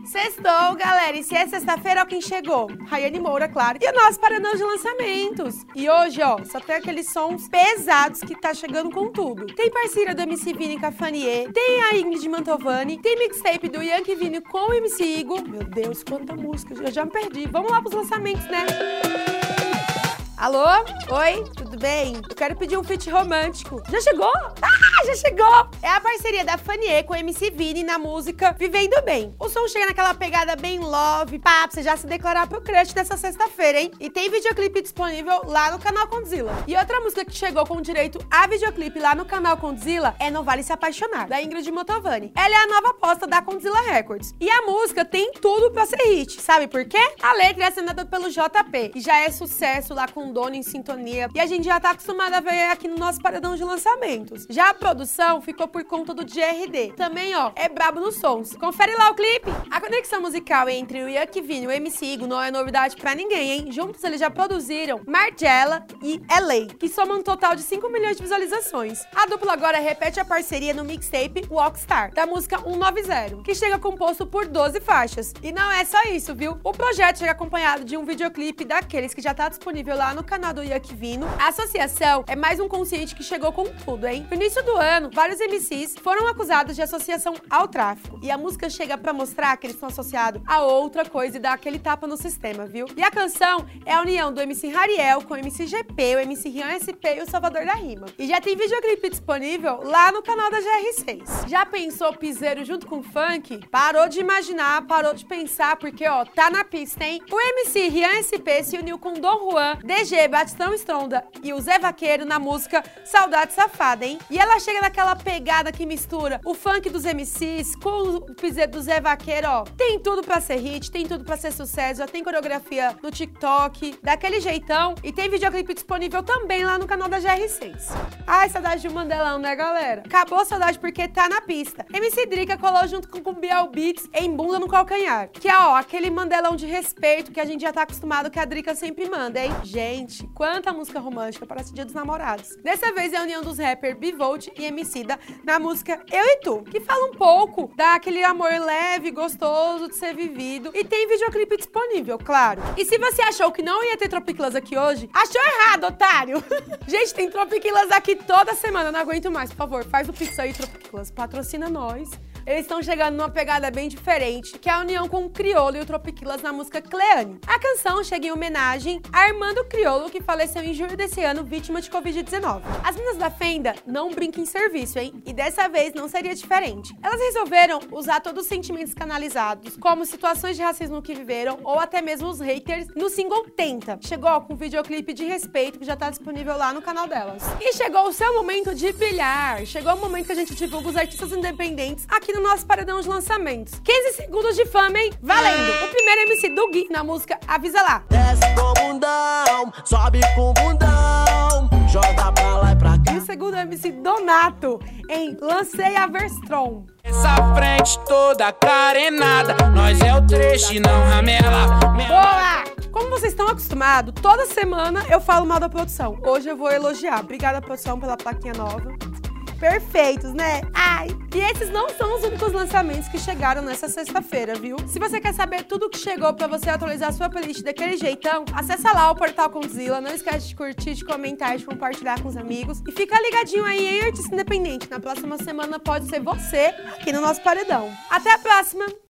Sextou, galera, e se é sexta-feira, ó quem chegou. Rayane Moura, claro, e o nosso paredão de lançamentos. E hoje, ó, só tem aqueles sons pesados que tá chegando com tudo. Tem parceria do MC Vini com a Fanier, tem a Ingrid Mantovani, tem mixtape do Yankee Vini com o MC Igor. Meu Deus, quanta música, eu já me perdi. Vamos lá pros lançamentos, né? Alô? Oi? Tudo bem? Eu quero pedir um feat romântico. Já chegou? Ah, já chegou! É a parceria da Fanier com o MC Vini na música Vivendo Bem. O som chega naquela pegada bem love, pá, pra você já se declarar pro crush dessa sexta-feira, hein? E tem videoclipe disponível lá no canal Condzilla. E outra música que chegou com direito a videoclipe lá no canal Condzilla é Não Vale Se Apaixonar, da Ingrid Mantovani. Ela é a nova aposta da Condzilla Records. E a música tem tudo pra ser hit, sabe por quê? A letra é assinada pelo JP, que já é sucesso lá com Dono em Sintonia, e a gente já tá acostumado a ver aqui no nosso paredão de lançamentos. Já a produção ficou por conta do GRD. Também, ó, é brabo nos sons. Confere lá o clipe. A conexão musical entre o Yankee Vini e o MC Igor não é novidade pra ninguém, hein? Juntos eles já produziram Margiela e LA, que somam um total de 5 milhões de visualizações. A dupla agora repete a parceria no mixtape Walkstar, da música 190, que chega composto por 12 faixas. E não é só isso, viu? O projeto chega acompanhado de um videoclipe daqueles que já tá disponível lá no canal do Yankee Vini. A associação é mais um consciente que chegou com tudo, hein? No início do ano, vários MCs foram acusados de associação ao tráfico. E a música chega pra mostrar que eles estão associados a outra coisa e dar aquele tapa no sistema, viu? E a canção é a união do MC Rariel com o MC GP, o MC Rian SP e o Salvador da Rima. E já tem videoclipe disponível lá no canal da GR6. Já pensou piseiro junto com funk? Parou de imaginar, parou de pensar, porque, ó, tá na pista, hein? O MC Rian SP se uniu com Dom Juan, DG, Batistão Stronda e o Zé Vaqueiro na música Saudade Safada, hein? E ela chega naquela pegada que mistura o funk dos MCs com o piseiro do Zé Vaqueiro, ó. Tem tudo pra ser hit, tem tudo pra ser sucesso, já tem coreografia no TikTok, daquele jeitão, e tem videoclipe disponível também lá no canal da GR6. Ai, saudade de um Mandelão, né, galera? Acabou a saudade porque tá na pista. MC Drica colou junto com o Biel Beats em Bunda no Calcanhar, que é, ó, aquele Mandelão de respeito que a gente já tá acostumado que a Drica sempre manda, hein? Gente, quanta música romântica, parece Dia dos Namorados. Dessa vez é a união dos rappers Bivolt e Emicida na música Eu e Tu, que fala um pouco daquele amor leve, gostoso de ser vivido, e tem videoclipe disponível, claro. E se você achou que não ia ter Tropiquilas aqui hoje, achou errado, otário! Gente, tem Tropiquilas aqui toda semana, não aguento mais, por favor, faz o pix aí, Tropiquilas, patrocina nós. Eles estão chegando numa pegada bem diferente, que é a união com o Criolo e o Tropiquilas na música Cleane. A canção chega em homenagem a Armando Criolo, que faleceu em julho desse ano, vítima de Covid-19. As meninas da Fenda não brincam em serviço, hein? E dessa vez não seria diferente. Elas resolveram usar todos os sentimentos canalizados, como situações de racismo que viveram, ou até mesmo os haters, no single Tenta. Chegou com um videoclipe de respeito, que já tá disponível lá no canal delas. E chegou o seu momento de brilhar. Chegou o momento que a gente divulga os artistas independentes aqui no nosso paredão de lançamentos. 15 segundos de fama, hein? Valendo! O primeiro MC do Gui na música Avisa Lá. Desce com bundão, sobe com bundão, joga pra lá e pra cá. E o segundo MC Donato em Lancei a Verstrom. Essa frente toda carenada, nós é o trecho e não ramela. Boa! Como vocês estão acostumados, toda semana eu falo mal da produção. Hoje eu vou elogiar. Obrigada, produção, pela plaquinha nova. Perfeitos, né? Ai! E esses não são os únicos lançamentos que chegaram nessa sexta-feira, viu? Se você quer saber tudo que chegou pra você atualizar a sua playlist daquele jeitão, acessa lá o portal Condzilla, não esquece de curtir, de comentar, de compartilhar com os amigos. E fica ligadinho aí em Artista Independente. Na próxima semana pode ser você aqui no nosso paredão. Até a próxima!